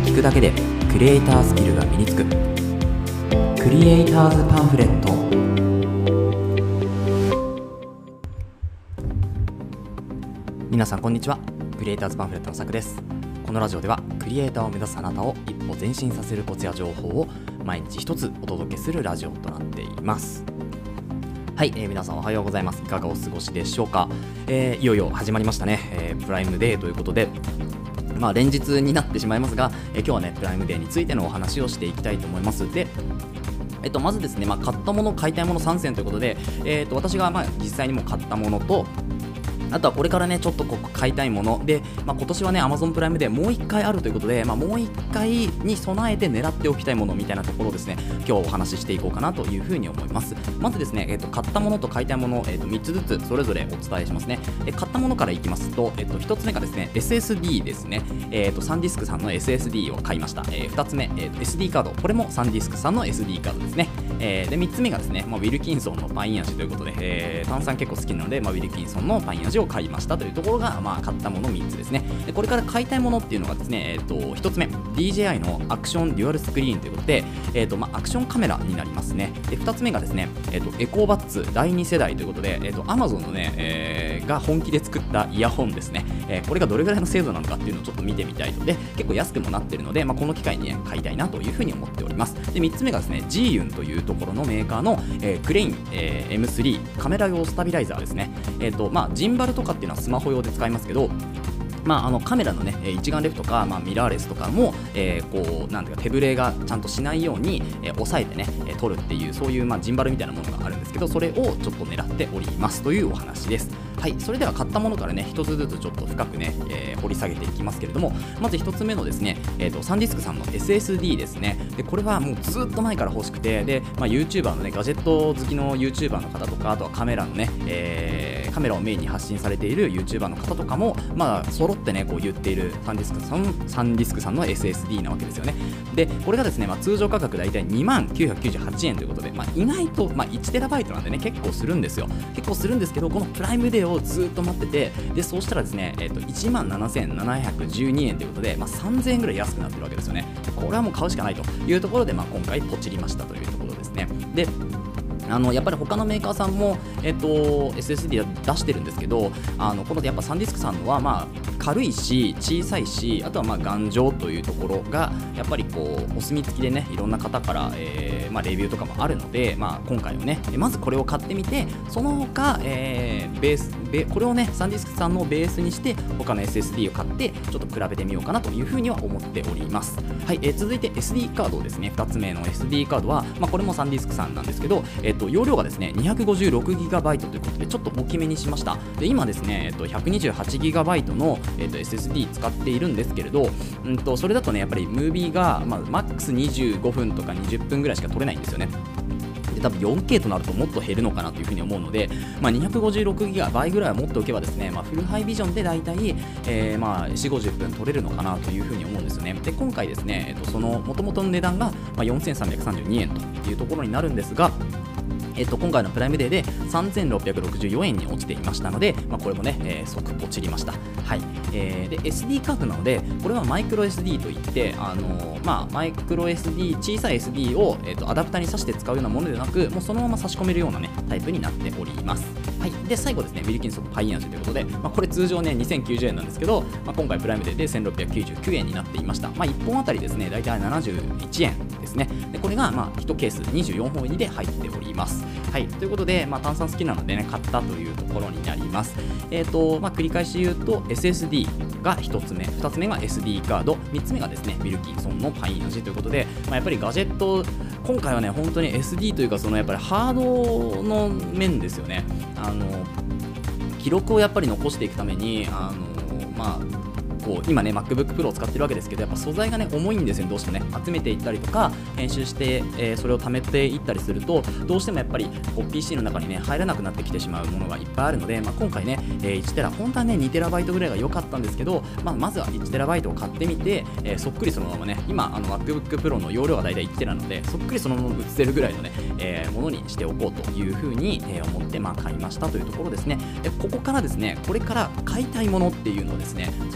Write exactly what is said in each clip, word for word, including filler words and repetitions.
聞くだけでクリエイタースキルが身につくクリエイターズパンフレット。皆さんこんにちは。クリエイターズパンフレットのさくです。このラジオではクリエイターを目指すあなたを一歩前進させるコツや情報を毎日一つお届けするラジオとなっています。はい、えー、皆さんおはようございます。いかがお過ごしでしょうか。えー、いよいよ始まりましたね、えー、プライムデーということで、まあ、連日になってしまいますが、えー、今日はねプライムデーについてのお話をしていきたいと思います。でえっと、まずですね、まあ、買ったもの買いたいものさんせんということで、えー、と私がまあ実際にも買ったものと、あとはこれからねちょっとここ買いたいもので、まあ、今年はね Amazon プライムでもういっかいあるということで、まあ、もういっかいに備えて狙っておきたいものみたいなところをですね今日はお話ししていこうかなというふうに思います。まずですね、えー、と買ったものと買いたいもの、えー、とみっつずつそれぞれお伝えしますね。で買ったものからいきますと、えー、とひとつめがですね エスエスディー ですね、えー、とサンディスクさんの エスエスディー を買いました。えー、ふたつめ、えー、と エスディー カード、これもサンディスクさんの エスディー カードですね。えー、でみっつめがですね、まあ、ウィルキンソンのパイン味ということで、えー、炭酸結構好きなので、まあ、ウィルキンソンのパイン味を買いましたというところが、まあ、買ったものみっつですね。でこれから買いたいものっていうのがですね、えー、とひとつめ ディージェーアイ のアクションデュアルスクリーンということで、えーとまあ、アクションカメラになりますね。でふたつめがですね、えー、とエコーバッツだいに世代ということで、えー、と Amazon のね、えー、が本気で作ったイヤホンですね。えー、これがどれぐらいの精度なのかっていうのをちょっと見てみたいので、結構安くもなっているので、まあ、この機会に、ね、買いたいなというふうに思っております。でみっつめがですね ジーユン というところのメーカーの、えー、クレイン、えー、エムスリー カメラ用スタビライザーですね。えーとまあ、ジンバルとかっていうのはスマホ用で使いますけど、まあ、あのカメラの、ね、一眼レフとか、まあ、ミラーレスとかも、えー、こうなんていうか手ぶれがちゃんとしないように、えー、押さえてね、えー、撮るっていうそういう、まあ、ジンバルみたいなものがあるんですけど、それをちょっと狙っておりますというお話です。はい、それでは買ったものからね一つずつちょっと深くね、えー、掘り下げていきますけれども、まずひとつめのですね、えーと、サンディスクさんの エスエスディー ですね。でこれはもうずっと前から欲しくて、で、まあ、YouTuber のねガジェット好きの YouTuber の方とか、あとはカメラのね、えー、カメラをメインに発信されている YouTuber の方とかもまあ揃ってねこう言っているサンディスクさんサンディスクさんの エスエスディー なわけですよね。でこれがですね、まあ、通常価格だいたいにまんきゅうひゃくきゅうじゅうはちえんということで、まあ、意外と、まあ、いちテラバイトなんでね結構するんですよ。結構するんですけど、このプライムデーをずっと待ってて、でそうしたらですね、えー、といちまんななせんななひゃくじゅうにえんということで、まあ、さんぜんえんぐらい安くなってるわけですよね。これはもう買うしかないというところで、まあ、今回ポチりましたというところですね。であのやっぱり他のメーカーさんも、えっと、エスエスディー 出してるんですけど、あのこのやっぱサンディスクさんのは、まあ、軽いし小さいし、あとはまあ頑丈というところがやっぱりこうお墨付きでねいろんな方から、えーまあ、レビューとかもあるので、まあ、今回はねまずこれを買ってみて、その他、えー、ベースベこれをねサンディスクさんのベースにして他の エスエスディー を買ってちょっと比べてみようかなというふうには思っております。はい、えー、続いて エスディー カードですね。ふたつめの エスディー カードは、まあ、これもサンディスクさんなんですけど、えーと、容量がですね にひゃくごじゅうろくギガバイト ということでちょっと大きめにしました。で今ですね、えーと、ひゃくにじゅうはちギガバイト の、えーと、エスエスディー 使っているんですけれど、うんとそれだとねやっぱりムービーが、まあ、マックスにじゅうごふんとかにじゅっぷんぐらいしか撮れないんですよね。で多分 よんケー となるともっと減るのかなというふうに思うので、まあ、にひゃくごじゅうろくギガ倍ぐらいは持っておけばですね、まあ、フルハイビジョンでだいたい、えー、まあよんじゅうごじゅっぷん撮れるのかなというふうに思うんですよね。で今回ですね、えっと、その元々の値段が、まあ、よんせんさんびゃくさんじゅうにえんというところになるんですが、えっと、今回のプライムデーでさんぜんろっぴゃくろくじゅうよえんに落ちていましたので、まあ、これもね、えー、即ポチりました。はい、えー、で エスディー カードなので、これはマイクロ エスディー といって、あのーまあ、マイクロ エスディー 小さい エスディー を、えー、とアダプターに挿して使うようなものではなく、もうそのまま差し込めるような、ね、タイプになっております。はい、で最後ですね、ウィルキンソンのパイン味ということで、まあ、これ通常ねにせんきゅうじゅうえんなんですけど、まあ、今回プライムデーでせんろっぴゃくきゅうじゅうきゅうえんになっていました。まあ、いっぽんあたりですねだいたいななじゅういちえんですね。でこれが、まあ、いちケースにじゅうよんほん入りで入っております。はい、ということで、まあ、炭酸好きなのでね買ったというところになります。えーとまあ、繰り返し言うと エスエスディー がひとつめ、ふたつめが エスディー カード、みっつめがですねウィルキンソンのパイン味ということで、まあ、やっぱりガジェット今回はね本当に エスディー というかそのやっぱりハードの面ですよね。あの記録をやっぱり残していくためにあのまあこう今ね MacBook Pro を使ってるわけですけど、やっぱ素材がね重いんですよね。どうしてもね集めていったりとか編集して、えー、それを貯めていったりするとどうしてもやっぱりこう ピーシー の中にね入らなくなってきてしまうものがいっぱいあるので、まあ、今回ね、えー、いちテラ本当はねにテラバイトぐらいが良かったんですけど、まあ、まずはいちテラバイトを買ってみて、えー、そっくりそのままね今あの MacBook Pro の容量がだいたいいちテラなのでそっくりそのまま映せるぐらいのね、えー、ものにしておこうというふうに、えー、思ってまあ買いましたというところですね。でここからですねこれから買いたいものっていうのをですね少しみっつ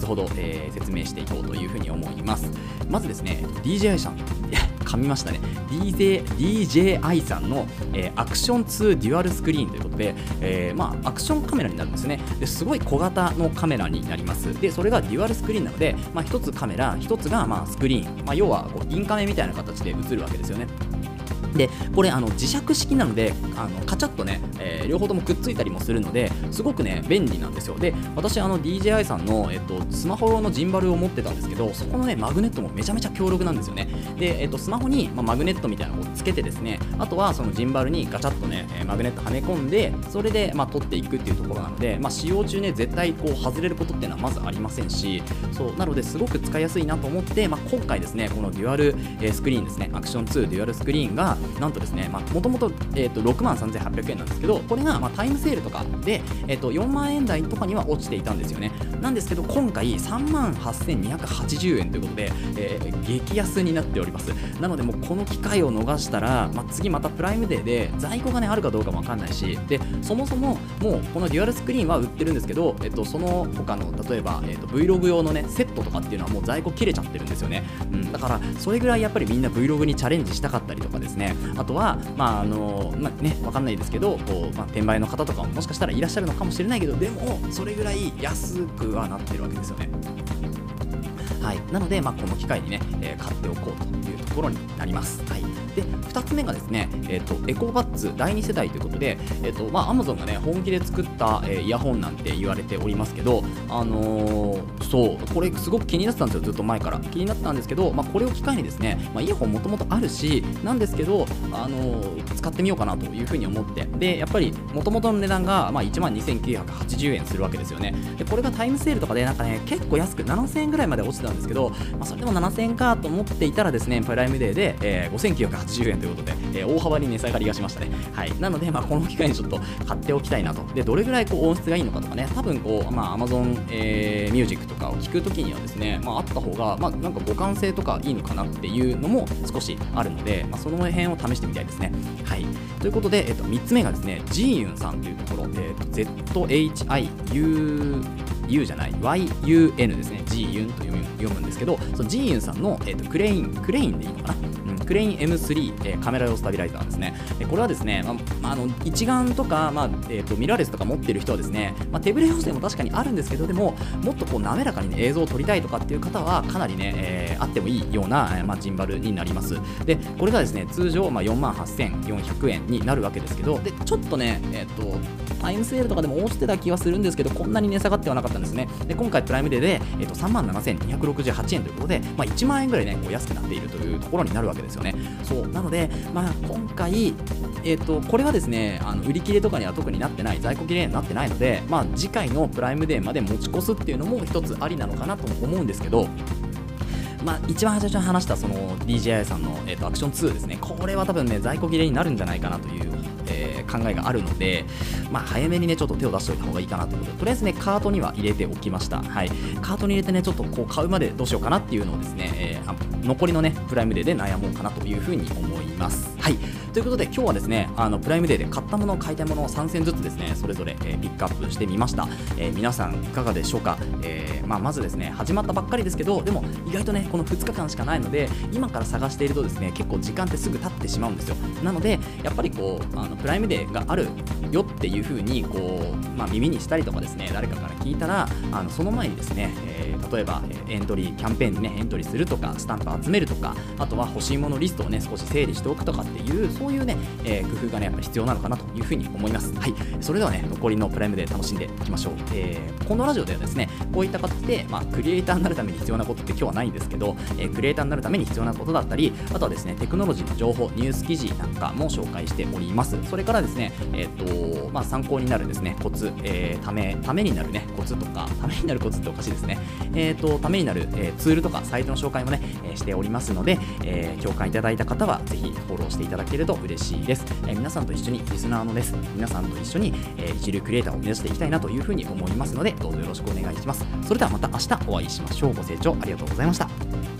つほど、えー、説明していこうというふうに思います。まずですね ディージェーアイ さん噛みましたね ディージェー ディージェーアイ さんの、えー、アクションツーデュアルスクリーンということで、えーまあ、アクションカメラになるんですね。ですごい小型のカメラになります。でそれがデュアルスクリーンなので、まあ、ひとつカメラひとつがまあスクリーン、まあ、要はこうインカメみたいな形で映るわけですよね。でこれあの磁石式なのであのカチャッとね、えー、両方ともくっついたりもするのですごくね便利なんですよ。で私あの ディージェーアイ さんの、えっと、スマホ用のジンバルを持ってたんですけど、そこのねマグネットもめちゃめちゃ強力なんですよね。で、えっと、スマホに、まあ、マグネットみたいなのをつけてですね、あとはそのジンバルにガチャッとねマグネットはめ込んでそれで、まあ、取っていくっていうところなので、まあ、使用中ね絶対こう外れることっていうのはまずありませんし、そうなのですごく使いやすいなと思って、まあ、今回ですねこのデュアル、えー、スクリーンですねアクションツーデュアルスクリーンがなんとですね、まあもともとろくまんさんぜんはっぴゃくえんなんですけど、これがまあタイムセールとかで、えー、とよんまんえん台とかには落ちていたんですよね。なんですけど今回さんまんはっせんにひゃくはちじゅうえんということで、えー、激安になっております。なのでもうこの機会を逃したら、まあ、次またプライムデーで在庫が、ね、あるかどうかもわかんないし、でそもそももうこのデュアルスクリーンは売ってるんですけど、えー、とその他の例えば、えー、と Vlog 用の、ね、セットとかっていうのはもう在庫切れちゃってるんですよね。うん、だからそれぐらいやっぱりみんな Vlog にチャレンジしたかったりとかですね、あとはまああのまあね、わかんないですけどこう、まあ、転売の方とかももしかしたらいらっしゃるのかもしれないけど、でもそれぐらい安くはなってるわけですよね。はい、なので、まあ、この機会にね、えー、買っておこうというところになります。はい、でふたつめがですね、えーと、エコバッツだいに世代ということで、えーとまあ、Amazon がね本気で作った、えー、イヤホンなんて言われておりますけど、あのー、そうこれすごく気になってたんですよ。ずっと前から気になってたんですけど、まあ、これを機会にですね、まあ、イヤホンもともとあるしなんですけど、あのー、使ってみようかなというふうに思って、でやっぱりもともとの値段が、まあ、いちまんにせんきゅうひゃくはちじゅうえんするわけですよね。でこれがタイムセールとかでなんかね結構安くななせんえんぐらいまで落ちてたんですけど、まあ、それでもななせんえんかと思っていたらですねプライムデーで、えー、ごせんきゅうひゃくはちじゅうえんということで、えー、大幅に値下がりがしましたね。はい、なので、まあ、この機会にちょっと買っておきたいなと。でどれぐらいこう音質がいいのかとかね、多分こう、まあ、Amazon、えー、Music とかを聞くときにはですね、まあ、あった方が、まあ、なんか互換性とかいいのかなっていうのも少しあるので、まあ、その辺を試してみたいですね。はい、ということで、えっと、みっつめがですねジーユンさんというところ、えっと、ゼットエイチアイユーU じゃない ワイユーエヌ ですね、ジーユンと読む読むんですけど、そのジーユンさんの、えー、とクレインクレインでいいのかな、うん、クレイン エムスリー、えー、カメラ用スタビライザーですね。でこれはですね、まあ、あの一眼とか、まあえー、とミラーレスとか持ってる人はですね、まあ、手ぶれ補正も確かにあるんですけど、でももっとこう滑らかに、ね、映像を撮りたいとかっていう方はかなりね、えー、あってもいいような、えーまあ、ジンバルになります。でこれがですね通常、まあ、よんまんはっせんよんひゃくえんになるわけですけど、でちょっとね、えー、とタイムセールとかでも落ちてた気はするんですけど、こんなに値下がってはなかったんですね。で今回プライムデーで、えー、とさんまんななせんにひゃくろくじゅうはちえんということで、まあ、いちまんえんぐらいねこう安くなっているというところになるわけですよね。そうなので、まあ、今回、えー、とこれはですねあの売り切れとかには特になってない、在庫切れになってないので、まあ、次回のプライムデーまで持ち越すっていうのも一つありなのかなと思うんですけど、まあ、一番最初に話したその ディージェーアイ さんの、えー、とアクションツーですね、これは多分ね在庫切れになるんじゃないかなという、えー、考えがあるので、まあ、早めにねちょっと手を出しておいた方がいいかなということで、とりあえずねカートには入れておきました。はい、カートに入れてねちょっとこう買うまでどうしようかなっていうのをですね、えー、あ残りのねプライムデーで悩もうかなというふうに思います。はい、ということで今日はですねあのプライムデーで買ったもの買いたいものをさんせんずつですねそれぞれ、えー、ピックアップしてみました。えー、皆さんいかがでしょうか。えーまあ、まずですね始まったばっかりですけど、でも意外とねこのふつかかんしかないので今から探しているとですね結構時間ってすぐ経ってしまうんですよ。なのでやっぱりこうあのプライムデーがあるよっていう風にこう、まあ、耳にしたりとかですね誰かから聞いたらあのその前にですね、えー、例えばエントリーキャンペーンにねエントリーするとかスタンプ集めるとか、あとは欲しいものリストをね少し整理しておくとかっていうそういうね、えー、工夫がねやっぱり必要なのかなという風に思います。はい、それではね残りのプライムデー楽しんでいきましょう。えー、このラジオではですねこういった形で、まあ、クリエイターになるために必要なことって今日はないんですけど、えー、クリエイターになるために必要なことだったり、あとはですねテクノロジーの情報ニュース記事なんかも紹介しております。それからですねえっ、ー、とまあ参考になるですねコツ、えー、ためためになるねコツとか、ためになるコツっておかしいですね。えっ、ー、とためになる、えー、ツールとかサイトの紹介もね、えー、しておりますので、えー、共感いただいた方はぜひフォローしていただけると嬉しいです。えー、皆さんと一緒にリスナーのです皆さんと一緒に、えー、一流クリエイターを目指していきたいなというふうに思いますので、どうぞよろしくお願いします。それではまた明日お会いしましょう。ご清聴ありがとうございました。